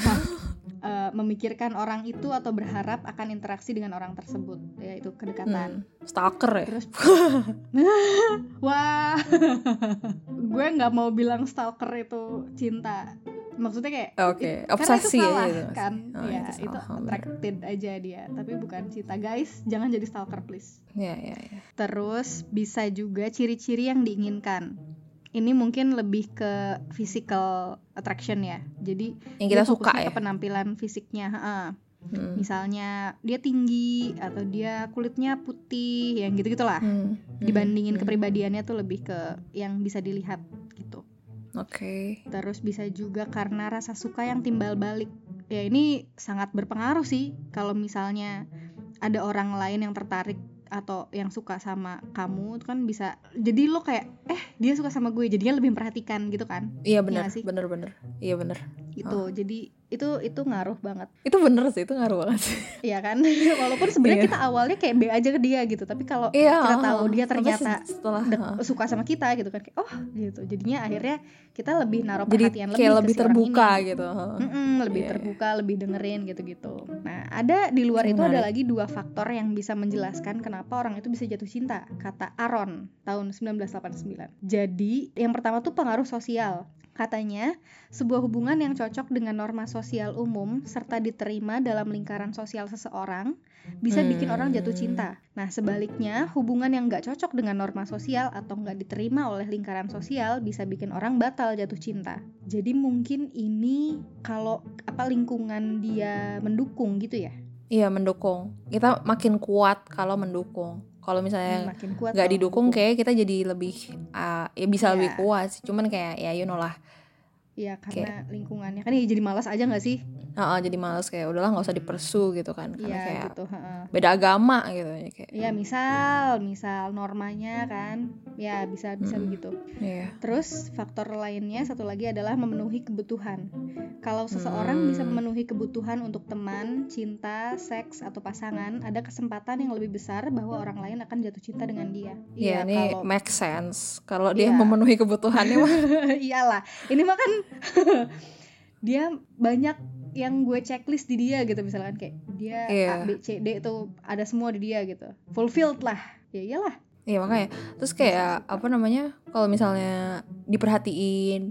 Eh, memikirkan orang itu atau berharap akan interaksi dengan orang tersebut, yaitu kedekatan. Hmm. Stalker ya. Terus wah, gue nggak mau bilang stalker itu cinta. Maksudnya kayak Oke, it- obsesi karena itu ya salah gitu. kan. Oh, Ya itu itu, salah, oh, bener. attracted aja dia, tapi bukan cinta. Guys, jangan jadi stalker please. Iya, iya, iya. Terus bisa juga ciri-ciri yang diinginkan. Ini mungkin lebih ke physical attraction ya. Jadi Yang dia kita suka fokusnya ya. ke penampilan fisiknya. Ha-ha. Hmm. Misalnya dia tinggi atau dia kulitnya putih, yang gitu-gitulah. Hmm. Dibandingin Hmm. kepribadiannya tuh lebih ke yang bisa dilihat gitu. Oke. Terus bisa juga karena rasa suka yang timbal balik. Ya ini sangat berpengaruh sih. Kalau misalnya ada orang lain yang tertarik atau yang suka sama kamu, itu kan bisa jadi lo kayak eh dia suka sama gue, jadinya lebih memperhatikan gitu kan. Iya benar, nggak sih? benar-benar. Iya benar. Gitu. Jadi itu itu ngaruh banget. Itu bener sih, itu ngaruh banget sih. Iya kan? Walaupun sebenarnya Iya. kita awalnya kayak B aja ke dia gitu, tapi kalau Iya. kita tahu dia Tapi ternyata setelah dek- suka sama kita gitu kan, kayak oh gitu. Jadinya akhirnya kita lebih naruh jadi perhatian kayak lebih lebih ke si orang terbuka ini. gitu. Mm-mm, lebih Iya, terbuka, lebih dengerin gitu-gitu. Nah, ada di luar itu ada Menarik. lagi dua faktor yang bisa menjelaskan kenapa orang itu bisa jatuh cinta, kata Aron tahun sembilan belas delapan puluh sembilan. Jadi, yang pertama tuh pengaruh sosial. Katanya, sebuah hubungan yang cocok dengan norma sosial umum serta diterima dalam lingkaran sosial seseorang bisa bikin Hmm. orang jatuh cinta. Nah, sebaliknya, hubungan yang nggak cocok dengan norma sosial atau nggak diterima oleh lingkaran sosial bisa bikin orang batal jatuh cinta. Jadi mungkin ini kalau apa lingkungan dia mendukung gitu ya. Iya, mendukung. Kita makin kuat kalau mendukung. Kalau misalnya Makin kuat nggak kalau didukung, mendukung. kayak kita jadi lebih uh, ya bisa Iya. lebih kuat sih. Cuman kayak ya you know lah. Iya, karena lingkungannya kan ya jadi malas aja nggak sih? Uh, jadi males kayak udahlah nggak usah dipersu gitu kan. Karena Iya kayak gitu. heeh. beda agama gitu ya kayak. Iya, misal, misal normanya kan, ya bisa bisa Mm-mm. begitu. Iya. Terus faktor lainnya satu lagi adalah memenuhi kebutuhan. Kalau seseorang Hmm. bisa memenuhi kebutuhan untuk teman, cinta, seks atau pasangan, ada kesempatan yang lebih besar bahwa orang lain akan jatuh cinta dengan dia. Iya, ini kalau make sense. Kalau dia Iya. memenuhi kebutuhannya mah. iyalah. Ini mah kan dia banyak yang gue checklist di dia gitu, misalkan kayak dia Iya. A, B, C, D itu ada semua di dia gitu. Fulfilled lah. Ya iyalah. Iya makanya. Terus kayak apa namanya? Kalau misalnya diperhatiin,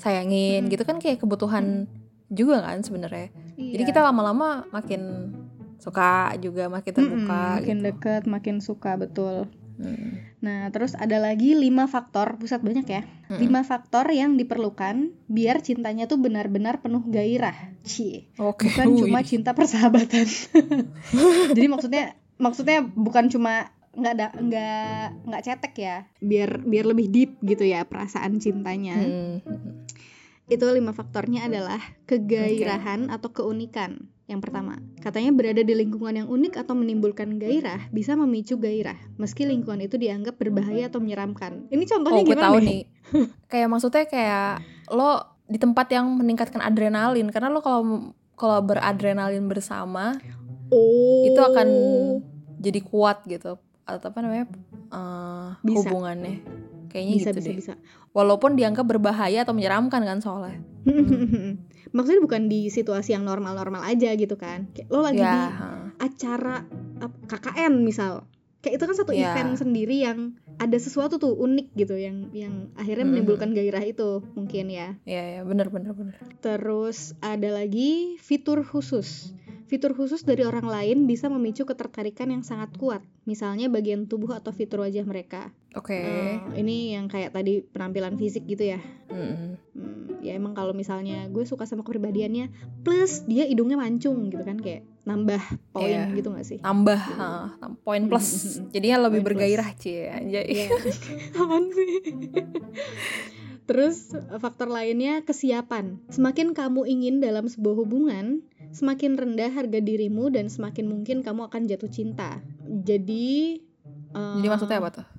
disayangin Mm-mm. gitu kan kayak kebutuhan juga kan sebenarnya. Iya. Jadi kita lama-lama makin suka juga, makin terbuka. Mm-mm, makin gitu. deket, makin suka, betul. Hmm. Nah, terus ada lagi lima faktor, pusat banyak ya. Hmm. lima faktor yang diperlukan biar cintanya tuh benar-benar penuh gairah. Cie. Oke. Bukan cuma Wih. cinta persahabatan. Jadi maksudnya maksudnya bukan cuma nggak ada nggak nggak cetek ya. Biar biar lebih deep gitu ya perasaan cintanya. Hmm. Itu lima faktornya adalah kegairahan okay. atau keunikan. Yang pertama, katanya berada di lingkungan yang unik atau menimbulkan gairah bisa memicu gairah, meski lingkungan itu dianggap berbahaya atau menyeramkan. Ini contohnya oh, gue gimana tahu nih? nih. Kayak maksudnya kayak lo di tempat yang meningkatkan adrenalin, karena lo kalau kalau beradrenalin bersama, oh. itu akan jadi kuat gitu, atau apa namanya uh, hubungannya. Kayaknya bisa, gitu bisa, deh. Bisa. Walaupun dianggap berbahaya atau menyeramkan kan soalnya. Hmm. Maksudnya bukan di situasi yang normal-normal aja gitu kan. Kayak lo lagi ya, di huh. acara K K N misal. Kayak itu kan satu ya. event sendiri yang ada sesuatu tuh unik gitu yang yang akhirnya mm-hmm. menimbulkan gairah itu mungkin ya. Iya, ya, benar benar benar. Terus ada lagi fitur khusus. Fitur khusus dari orang lain bisa memicu ketertarikan yang sangat kuat. Misalnya bagian tubuh atau fitur wajah mereka. Oke. Okay. Uh, ini yang kayak tadi penampilan fisik gitu ya. Mm-hmm. Hmm, ya emang kalau misalnya gue suka sama kepribadiannya, plus dia hidungnya mancung gitu kan, kayak nambah poin yeah. gitu nggak sih? Nambah, uh, poin plus. Jadinya lebih point bergairah cie. Anjay. Yeah. Apaan sih? Terus faktor lainnya kesiapan. Semakin kamu ingin dalam sebuah hubungan, semakin rendah harga dirimu dan semakin mungkin kamu akan jatuh cinta. Jadi uh, Jadi maksudnya apa tuh?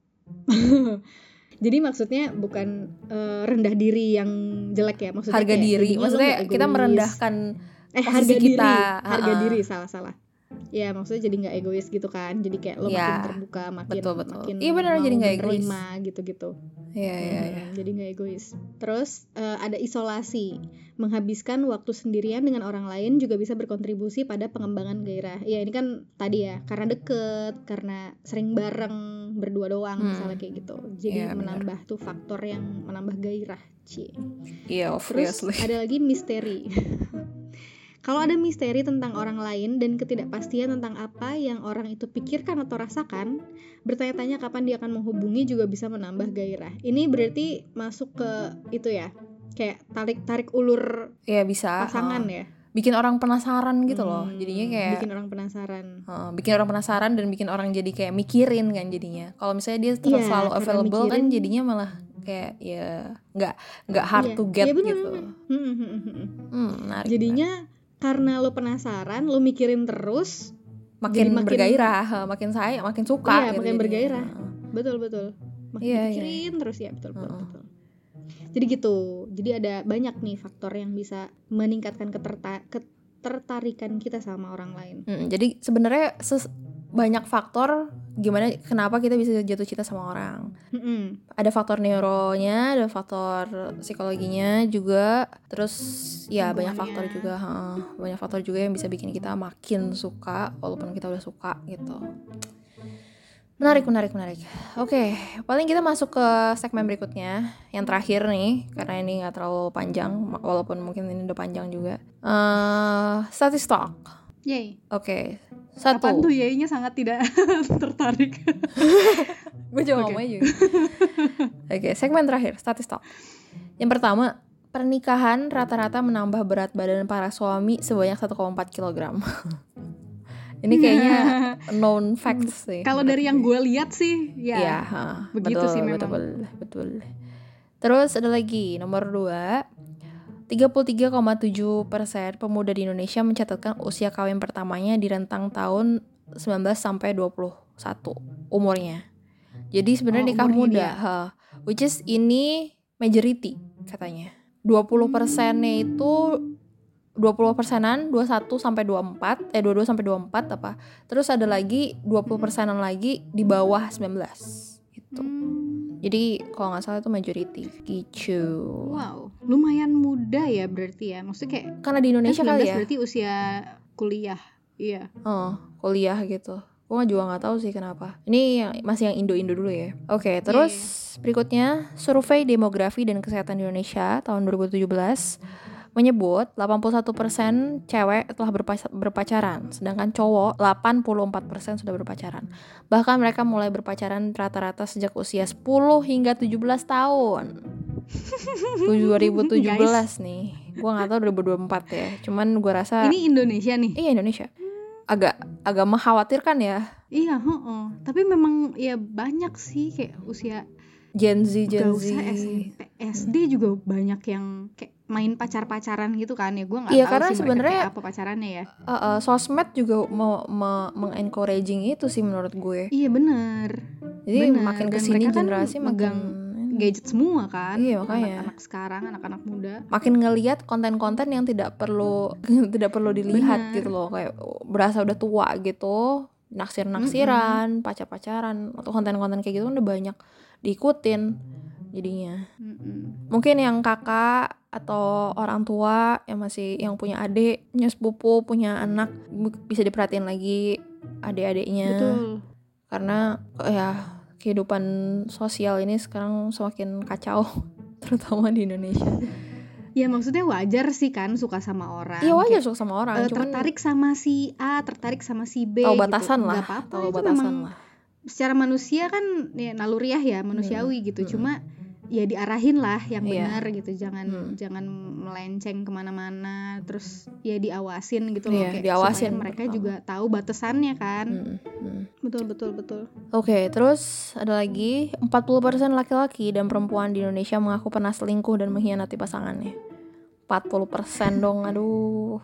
Jadi maksudnya bukan uh, rendah diri yang jelek ya, maksudnya harga kayak, diri. Maksudnya kita merendahkan eh posisi harga kita. diri, harga uh-uh. diri salah-salah. Ya maksudnya jadi nggak egois gitu kan, jadi kayak lo ya, makin terbuka, makin betul, betul. makin iya, bener, mau jadi menerima gitu-gitu. Iya iya hmm, iya. Jadi nggak egois. Terus uh, ada isolasi, menghabiskan waktu sendirian dengan orang lain juga bisa berkontribusi pada pengembangan gairah. Ya ini kan tadi ya, karena deket, karena sering bareng berdua doang hmm. misalnya kayak gitu. Jadi ya, menambah bener. Tuh faktor yang menambah gairah. Cie. Iya, terus obviously. Ada lagi misteri. Kalau ada misteri tentang orang lain dan ketidakpastian tentang apa yang orang itu pikirkan atau rasakan, bertanya-tanya kapan dia akan menghubungi juga bisa menambah gairah. Ini berarti masuk ke itu ya, kayak tarik-tarik ulur ya, bisa, pasangan huh. ya. Bikin orang penasaran gitu loh, hmm, jadinya kayak bikin orang penasaran. Uh, bikin orang penasaran dan bikin orang jadi kayak mikirin kan jadinya. Kalau misalnya dia terus ya, selalu available mikirin, kan jadinya malah kayak ya nggak nggak hard iya, to get iya bener, gitu. Bener. Hmm, hmm, hmm. Hmm, menarik, jadinya menarik. Karena lo penasaran, lo mikirin terus, makin, makin bergairah, makin sayang, makin suka. Iya, gitu makin jadinya. bergairah. Betul betul. Makin iya, mikirin iya. terus ya, betul betul. Uh-uh. betul. Jadi gitu. Jadi ada banyak nih faktor yang bisa meningkatkan keterta- ketertarikan kita sama orang lain. Hmm, jadi sebenarnya ses- banyak faktor gimana kenapa kita bisa jatuh cinta sama orang. Mm-hmm. Ada faktor neuronya, ada faktor psikologinya juga. Terus ya banyak faktor juga, ha, banyak faktor juga yang bisa bikin kita makin suka walaupun kita udah suka gitu. Menarik, menarik, menarik. Oke, paling kita masuk ke segmen berikutnya, yang terakhir nih, karena ini nggak terlalu panjang, walaupun mungkin ini udah panjang juga. Uh, Status talk. Yay. Oke, okay. Satu. Apaan tuh yay-nya sangat tidak tertarik. Gue cuma ngomong aja. Oke, okay, segmen terakhir, status talk. Yang pertama, pernikahan rata-rata menambah berat badan para suami sebanyak satu koma empat kilogram. Ini kayaknya known facts sih. Kalau dari yang gue lihat sih, ya, ya begitu betul, sih memang. Betul, betul. Terus ada lagi, nomor dua. tiga puluh tiga koma tujuh persen pemuda di Indonesia mencatatkan usia kawin pertamanya di rentang tahun sembilan belas sampai dua puluh satu umurnya. Jadi sebenarnya oh, nikah muda, huh, which is ini majority katanya. dua puluh persennya itu dua puluh persenan, dua puluh satu sampai dua puluh empat, eh dua puluh dua sampai dua puluh empat apa. Terus ada lagi dua puluh persenan lagi di bawah sembilan belas gitu. Jadi kalau nggak salah itu majority gitu. Wow, lumayan muda ya berarti ya. Maksudnya kayak karena di Indonesia kali ya. Berarti usia kuliah, iya. Oh, kuliah gitu. Gue juga nggak tahu sih kenapa. Ini yang, masih yang Indo-Indo dulu ya. Oke, okay, terus yeah. Berikutnya survei demografi dan kesehatan di Indonesia tahun dua ribu tujuh belas menyebut delapan puluh satu persen cewek telah berpac- berpacaran, sedangkan cowok delapan puluh empat persen sudah berpacaran. Bahkan mereka mulai berpacaran rata-rata sejak usia sepuluh hingga tujuh belas tahun. dua ribu tujuh belas nih. Gua enggak tahu dua ribu dua puluh empat ya. Cuman gua rasa Ini Indonesia nih. Iya, Indonesia. Agak agak mengkhawatirkan ya. Iya, heeh. Tapi memang ya banyak sih kayak usia Gen Z, Gen gak Z. usah S M P, S D juga banyak yang kayak main pacar-pacaran gitu kan ya. Gue nggak Iya, tahu karena sih mereka sebenarnya kayak apa pacarannya ya. Uh, uh, sosmed juga mau me- mengencouraging itu sih menurut gue. Iya benar. Jadi bener. makin Dan kesini mereka kan generasi megang makin gadget semua kan. Iya, makanya. Anak-anak sekarang, anak-anak muda. Makin ngelihat konten-konten yang tidak perlu tidak perlu dilihat Bener. gitu loh, kayak berasa udah tua gitu, naksir-naksiran, mm-hmm. pacar-pacaran, atau konten-konten kayak gitu udah banyak diikutin jadinya. Mm-mm. Mungkin yang kakak atau orang tua yang masih yang punya adik, punya sepupu, punya anak bisa diperhatiin lagi adik-adiknya. Betul. Karena ya kehidupan sosial ini sekarang semakin kacau, terutama di Indonesia. Ya maksudnya wajar sih kan suka sama orang. Iya wajar suka sama orang. Uh, cuman tertarik sama si A, tertarik sama si B. Tahu batasan gitu. lah. Gak apa-apa. Tahu itu batasan memang lah. Secara manusia kan ya naluriah ya manusiawi hmm. gitu. Hmm. Cuma ya diarahin lah yang benar yeah. gitu. Jangan hmm. jangan melenceng kemana-mana. Terus ya diawasin gitu loh. Yeah, kayak diawasin. Supaya mereka pertama. juga tahu batasannya kan. Hmm. Hmm. Betul betul betul. Oke, okay, terus ada lagi empat puluh persen laki-laki dan perempuan di Indonesia mengaku pernah selingkuh dan mengkhianati pasangannya. empat puluh persen dong, aduh,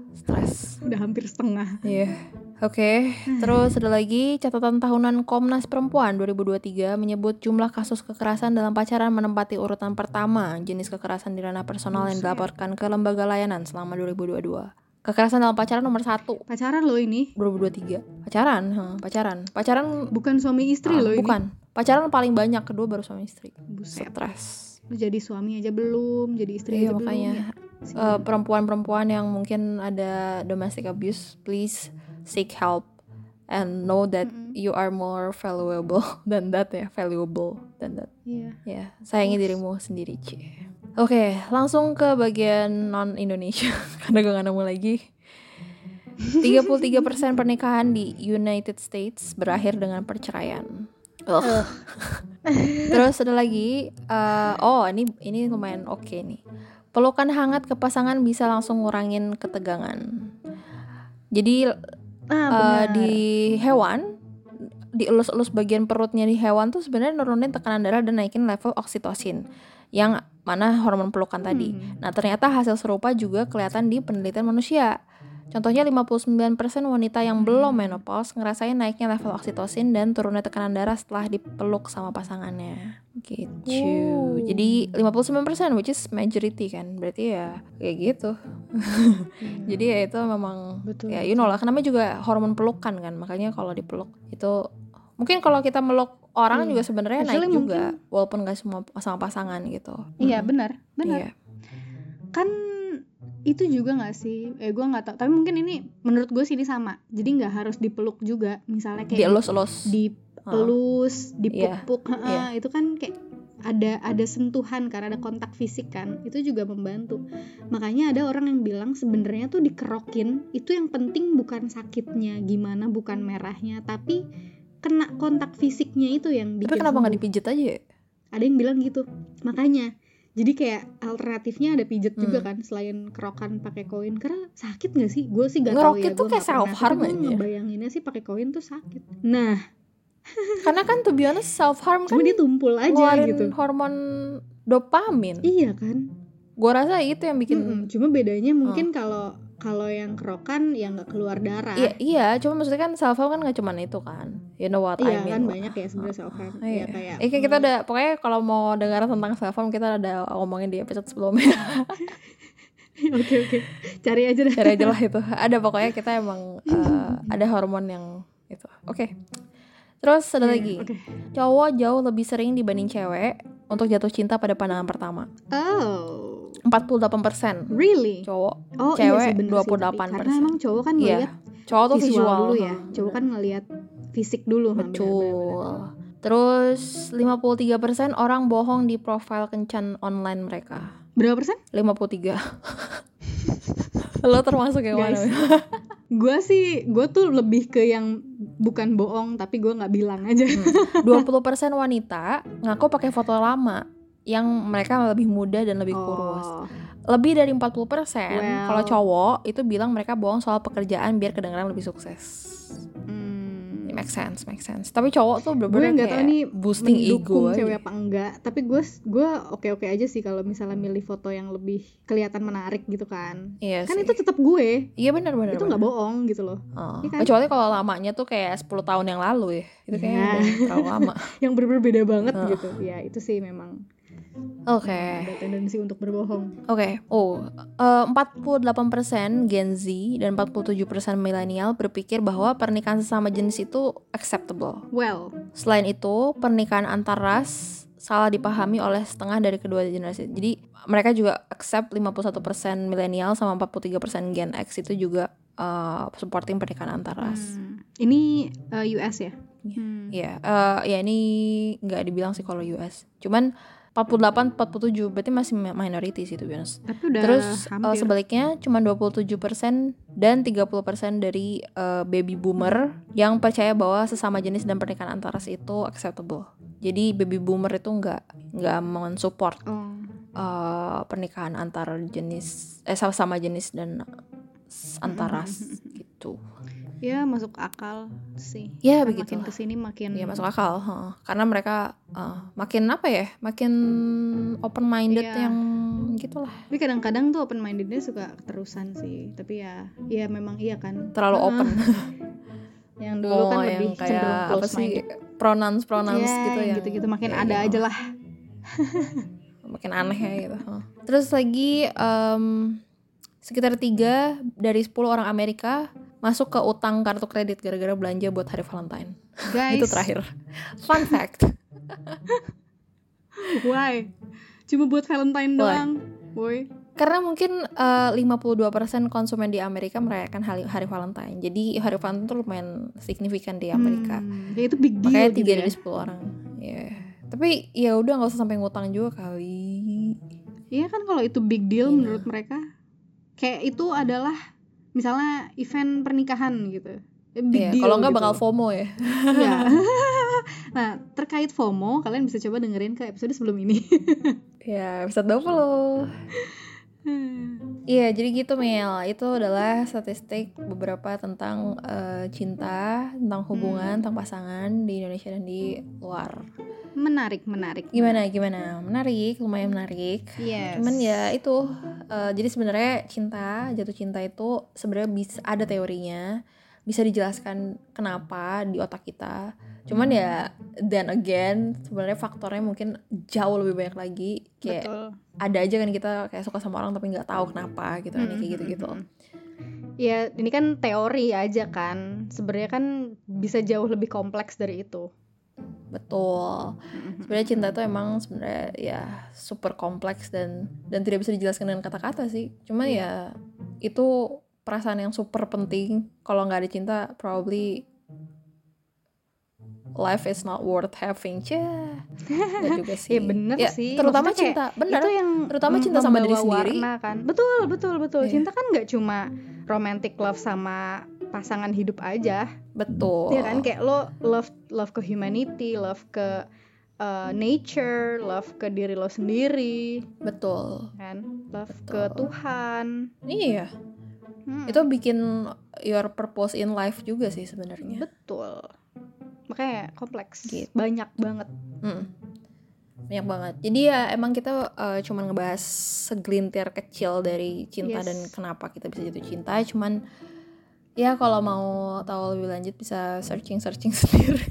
stres. Udah hampir setengah. Iya. Yeah. Oke, okay. Terus ada lagi catatan tahunan Komnas Perempuan dua ribu dua puluh tiga menyebut jumlah kasus kekerasan dalam pacaran menempati urutan pertama jenis kekerasan di ranah personal yang dilaporkan ke lembaga layanan selama dua ribu dua puluh dua. Kekerasan dalam pacaran nomor satu. Pacaran loh ini. dua ribu dua puluh tiga. Pacaran, huh, pacaran. Pacaran. Bukan suami istri uh, loh ini. Bukan. Pacaran paling banyak, kedua baru suami istri. Buset. Stres. Jadi suami aja belum, jadi istri iya, aja makanya. belum. Ya. Uh, perempuan-perempuan yang mungkin ada domestic abuse, please seek help and know that mm-hmm. you are more valuable than that ya, valuable than that. Iya. Yeah. Ya, sayangi Oops. dirimu sendiri, Cie. Oke, okay, langsung ke bagian non Indonesia karena gue gak nemu lagi. tiga puluh tiga persen pernikahan di United States berakhir dengan perceraian. Ugh. Uh. Terus ada lagi, uh, oh ini ini lumayan oke okay nih. Pelukan hangat ke pasangan bisa langsung ngurangin ketegangan. Jadi ah, uh, di hewan, di elus-elus bagian perutnya di hewan tuh sebenarnya nurunin tekanan darah dan naikin level oksitosin, yang mana hormon pelukan tadi. Hmm. Nah ternyata hasil serupa juga kelihatan di penelitian manusia. Contohnya lima puluh sembilan persen wanita yang belum menopause ngerasain naiknya level oksitosin dan turunnya tekanan darah setelah dipeluk sama pasangannya. Gitu. Oh. Jadi lima puluh sembilan persen which is majority kan. Berarti ya kayak gitu. hmm. Jadi ya itu memang betul, ya you know lah, kenapa juga hormon pelukan kan. Makanya kalau dipeluk itu mungkin kalau kita meluk orang hmm. juga sebenarnya naik juga mungkin. Walaupun gak semua sama pasangan gitu. Iya, hmm. benar. Benar. Iya. Kan itu juga nggak sih? Eh gue nggak tahu. Tapi mungkin ini menurut gue sih ini sama. Jadi nggak harus dipeluk juga. Misalnya kayak dielus-elus, dipelus, uh. dipupuk. Yeah. Uh, yeah. Itu kan kayak ada ada sentuhan karena ada kontak fisik kan. Itu juga membantu. Makanya ada orang yang bilang sebenarnya tuh dikerokin itu yang penting bukan sakitnya gimana, bukan merahnya, tapi kena kontak fisiknya itu yang bikin. Tapi kenapa nggak dipijit aja ya? Ada yang bilang gitu. Makanya. Jadi kayak alternatifnya ada pijet hmm. juga kan selain kerokan pakai koin. Karena sakit nggak sih? Gue sih nggak tahu ya. Ngerokit tuh kayak self harm aja. Gue ngebayanginnya sih pakai koin tuh sakit. Nah, karena kan to be honest self harm kan. Cuma dia tumpul aja gitu. Hormon dopamin. Iya kan. Gue rasa itu yang bikin. Mm-mm. Cuma bedanya mungkin kalau hmm. kalau yang kerokan yang nggak keluar darah. Iya, iya. Cuma maksudnya kan self harm kan nggak cuma itu kan. You know what iya, I mean. Iya kan banyak ya sebenarnya self harm. Oh, iya. Ya, kayak. Eh kita udah pokoknya kalau mau dengar tentang self harm kita ada ngomongin di episode sebelumnya. Oke oke. Cari aja dah. Cari aja lah itu. Ada pokoknya kita emang uh, ada hormon yang itu. Oke. Okay. Terus ada yeah, lagi. Okay. Cowok jauh lebih sering dibanding cewek untuk jatuh cinta pada pandangan pertama. Oh. empat puluh delapan persen Really? Cowok. Oh, cewek iya sih, dua puluh delapan persen. Karena emang cowok kan ngeliat yeah. Cowok tuh visual, visual dulu ya. Cowok kan ngeliat fisik dulu. Betul. Terus lima puluh tiga persen orang bohong di profil kencan online mereka. Berapa persen? lima puluh tiga. Lo termasuk yang Guys, mana? gue sih, gue tuh lebih ke yang bukan bohong tapi gue nggak bilang aja. hmm. dua puluh persen wanita ngaku pakai foto lama yang mereka lebih muda dan lebih kurus. Oh, Lebih dari empat puluh persen Well. kalau cowok itu bilang mereka bohong soal pekerjaan biar kedengaran lebih sukses. hmm. Ini make sense, make sense. Tapi cowok tuh gue bener-bener nggak tahu kayak nih boosting mendukung ego cewek aja. apa enggak, tapi gue gue oke oke aja sih kalau misalnya milih foto yang lebih kelihatan menarik gitu kan. Iya Kan sih. itu tetap gue, Iya benar-benar. itu nggak bohong gitu loh. Oh. Iya kan? Kecuali kalau lamanya tuh kayak sepuluh tahun yang lalu ya. Itu kayaknya Ya. udah terlalu lama. Yang bener-bener beda banget Oh. gitu. Ya itu sih memang Oke. ada tendensi untuk berbohong. Oke. Oh, eh, empat puluh delapan persen Gen Z dan empat puluh tujuh persen milenial berpikir bahwa pernikahan sesama jenis itu acceptable. Well, Selain itu, pernikahan antar ras salah dipahami oleh setengah dari kedua generasi. Jadi, mereka juga accept lima puluh satu persen milenial sama empat puluh tiga persen Gen X itu juga uh, supporting pernikahan antar ras. hmm, ini uh, U S ya? Hmm. Iya, eh, ya ini nggak dibilang sih kalau U S. Cuman empat puluh delapan empat puluh tujuh berarti masih minority sih to be honest. Tapi udah Terus uh, hampir. sebaliknya cuma dua puluh tujuh persen dan tiga puluh persen dari uh, baby boomer yang percaya bahwa sesama jenis dan pernikahan antar ras itu acceptable. Jadi baby boomer itu nggak nggak mensupport Oh. uh, pernikahan antar jenis eh sama jenis dan antar ras gitu. Ya masuk akal sih. Ya, Kan begitu makin kesini makin Iya masuk akal, huh. Karena mereka uh, makin apa ya, makin open minded Iya. yang gitulah. Tapi kadang-kadang tuh open mindednya suka keterusan sih. Tapi ya, ya memang iya kan. Terlalu Heeh. open. Yang dulu kan Oh, yang lebih cenderung kayak apa close sih, minded. pronouns pronouns Ya, gitu yang yang gitu-gitu makin ya, ada gitu. aja lah. Makin aneh ya gitu. huh. Terus lagi um, sekitar tiga dari sepuluh orang Amerika masuk ke utang kartu kredit gara-gara belanja buat hari Valentine. Guys, Itu terakhir. Fun fact. why? Cuma buat Valentine Why? doang, boy. Karena mungkin uh, lima puluh dua persen konsumen di Amerika merayakan hari, hari Valentine. Jadi hari Valentine itu lumayan signifikan di Amerika. Hmm, ya itu big deal Makanya gitu tiga ya. dari sepuluh orang. Ya. Tapi ya udah nggak usah sampai ngutang juga kali. Iya kan kalau itu big deal Iya. menurut mereka. Kayak itu adalah misalnya event pernikahan gitu. Eh, Big Ya, deal. kalau nggak gitu bakal loh. FOMO ya. Iya. Nah, terkait FOMO, kalian bisa coba dengerin ke episode sebelum ini. Ya, episode dua puluh. Iya, jadi gitu Mel. Itu adalah statistik beberapa tentang uh, cinta, tentang hubungan, Hmm. tentang pasangan di Indonesia dan di luar. Menarik, menarik. Gimana, gimana? Menarik, lumayan menarik. Yes. Cuman ya itu, uh, jadi sebenarnya cinta, jatuh cinta itu sebenarnya bisa ada teorinya, bisa dijelaskan kenapa di otak kita. Cuman ya, then again, sebenarnya faktornya mungkin jauh lebih banyak lagi. Kayak Betul. ada aja kan kita kayak suka sama orang tapi nggak tahu kenapa gitu kan, kayak gitu-gitu. Ya, ini kan teori aja kan. Sebenarnya kan bisa jauh lebih kompleks dari itu. Betul. Sebenarnya cinta itu emang sebenarnya ya super kompleks dan dan tidak bisa dijelaskan dengan kata-kata sih. Cuma ya itu perasaan yang super penting. Kalau nggak ada cinta, probably life is not worth having. Cah, nggak juga sih. Ya bener Ya, sih. terutama Maksudnya cinta, kayak bener. Itu yang Terutama mem- cinta sama diri membawa sendiri. warna kan. Betul, betul, betul. Iya. Cinta kan nggak cuma romantic love sama pasangan hidup aja. Betul. Iya kan, kayak lo love love ke humanity, love ke uh, nature, love ke diri lo sendiri, Betul. kan? Love Betul. ke Tuhan. Iya. Hmm, Itu bikin your purpose in life juga sih sebenarnya. betul. Makanya kompleks. Gitu. Banyak banget. Mm. Banyak banget. Jadi ya emang kita uh, cuman ngebahas segelintir kecil dari cinta Yes. dan kenapa kita bisa jatuh cinta. Cuman ya kalau mau tahu lebih lanjut bisa searching-searching sendiri.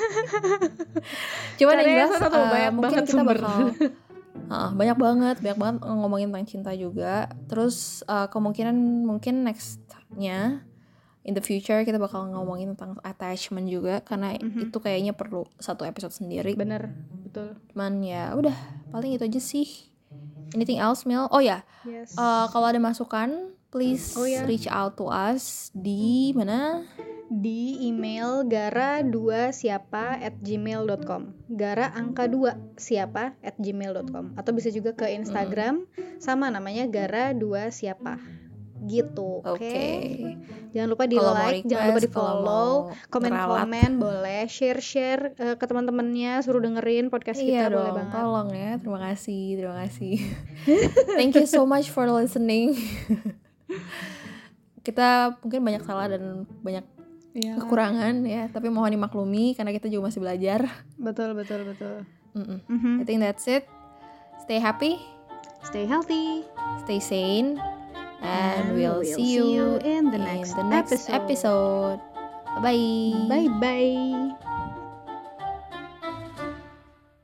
Cuman yang Caranya jelas sana tuh, uh, banyak mungkin banget kita sumber. bakal uh, banyak banget, banyak banget ngomongin tentang cinta juga. Terus uh, kemungkinan mungkin nextnya in the future kita bakal ngomongin tentang attachment juga karena Mhm. itu kayaknya perlu satu episode sendiri. Bener, betul. Cuman ya udah paling itu aja sih. Anything else Mil? Oh ya, Yes. uh, kalau ada masukan please Oh, ya. reach out to us di mana? di email gara dua siapa at gmail dot com. Gara angka dua siapa at gmail dot com. Atau bisa juga ke Instagram hmm. sama namanya gara dua siapa. Gitu, oke. Okay? Okay. Jangan lupa di kalo like, request, jangan lupa di follow, komen-komen boleh, share-share uh, ke teman-temannya, suruh dengerin podcast iya kita dong, boleh banget. Tolong ya, terima kasih, terima kasih. Thank you so much for listening. Kita mungkin banyak salah dan banyak ya. kekurangan ya, tapi mohon dimaklumi karena kita juga masih belajar. Betul, betul, betul. Mm-hmm. I think that's it. Stay happy, stay healthy, stay sane. And, and we'll, we'll see, you see you in the next, in the next episode. episode. Bye-bye. Bye-bye.